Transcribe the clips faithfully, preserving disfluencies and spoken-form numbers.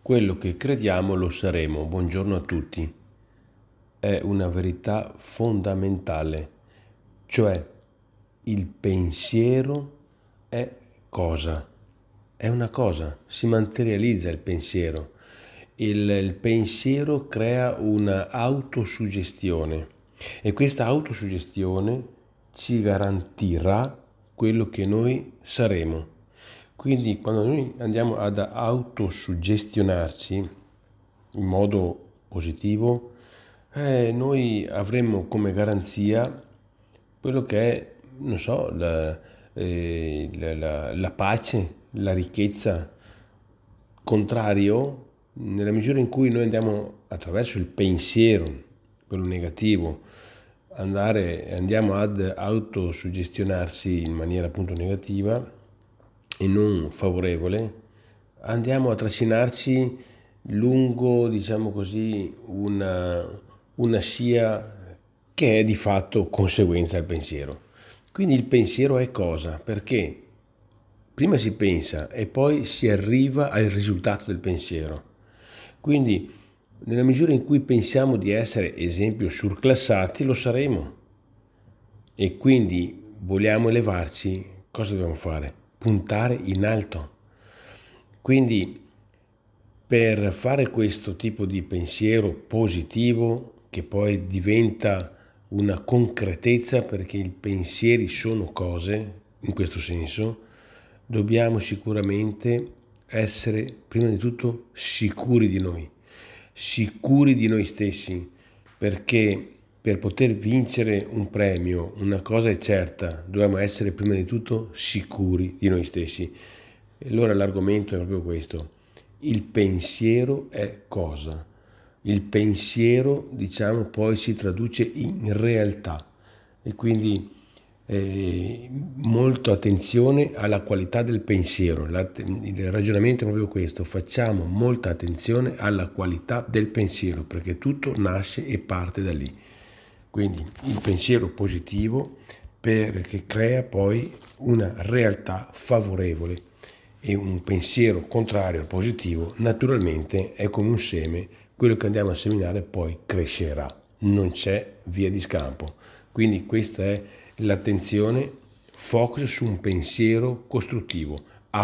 Quello che crediamo lo saremo. Buongiorno a tutti. È una verità fondamentale, cioè il pensiero è cosa? È una cosa, si materializza il pensiero. Il, il pensiero crea una autosuggestione e questa autosuggestione ci garantirà quello che noi saremo. Quindi quando noi andiamo ad autosuggestionarci in modo positivo, eh, noi avremo come garanzia quello che è, non so, la, eh, la, la, la pace, la ricchezza. Contrario, nella misura in cui noi andiamo attraverso il pensiero, quello negativo, andare, andiamo ad autosuggestionarsi in maniera appunto negativa e non favorevole, andiamo a trascinarci lungo, diciamo così, una, una scia che è di fatto conseguenza del pensiero. Quindi il pensiero è cosa? Perché prima si pensa e poi si arriva al risultato del pensiero. Quindi nella misura in cui pensiamo di essere, esempio, surclassati, lo saremo. E quindi vogliamo elevarci, cosa dobbiamo fare? Puntare in alto. Quindi per fare questo tipo di pensiero positivo, che poi diventa una concretezza, perché i pensieri sono cose, in questo senso, dobbiamo sicuramente essere prima di tutto sicuri di noi, sicuri di noi stessi, perché per poter vincere un premio, una cosa è certa, dobbiamo essere prima di tutto sicuri di noi stessi. E allora l'argomento è proprio questo. Il pensiero è cosa? Il pensiero, diciamo, poi si traduce in realtà e quindi eh, molta attenzione alla qualità del pensiero. Il ragionamento è proprio questo: facciamo molta attenzione alla qualità del pensiero, perché tutto nasce e parte da lì. Quindi il pensiero positivo perché crea poi una realtà favorevole, e un pensiero contrario al positivo naturalmente è come un seme, quello che andiamo a seminare poi crescerà, non c'è via di scampo. Quindi questa è l'attenzione, focus su un pensiero costruttivo,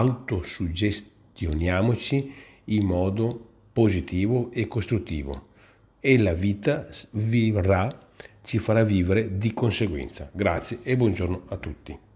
autosuggestioniamoci in modo positivo e costruttivo e la vita vivrà, ci farà vivere di conseguenza. Grazie e buongiorno a tutti.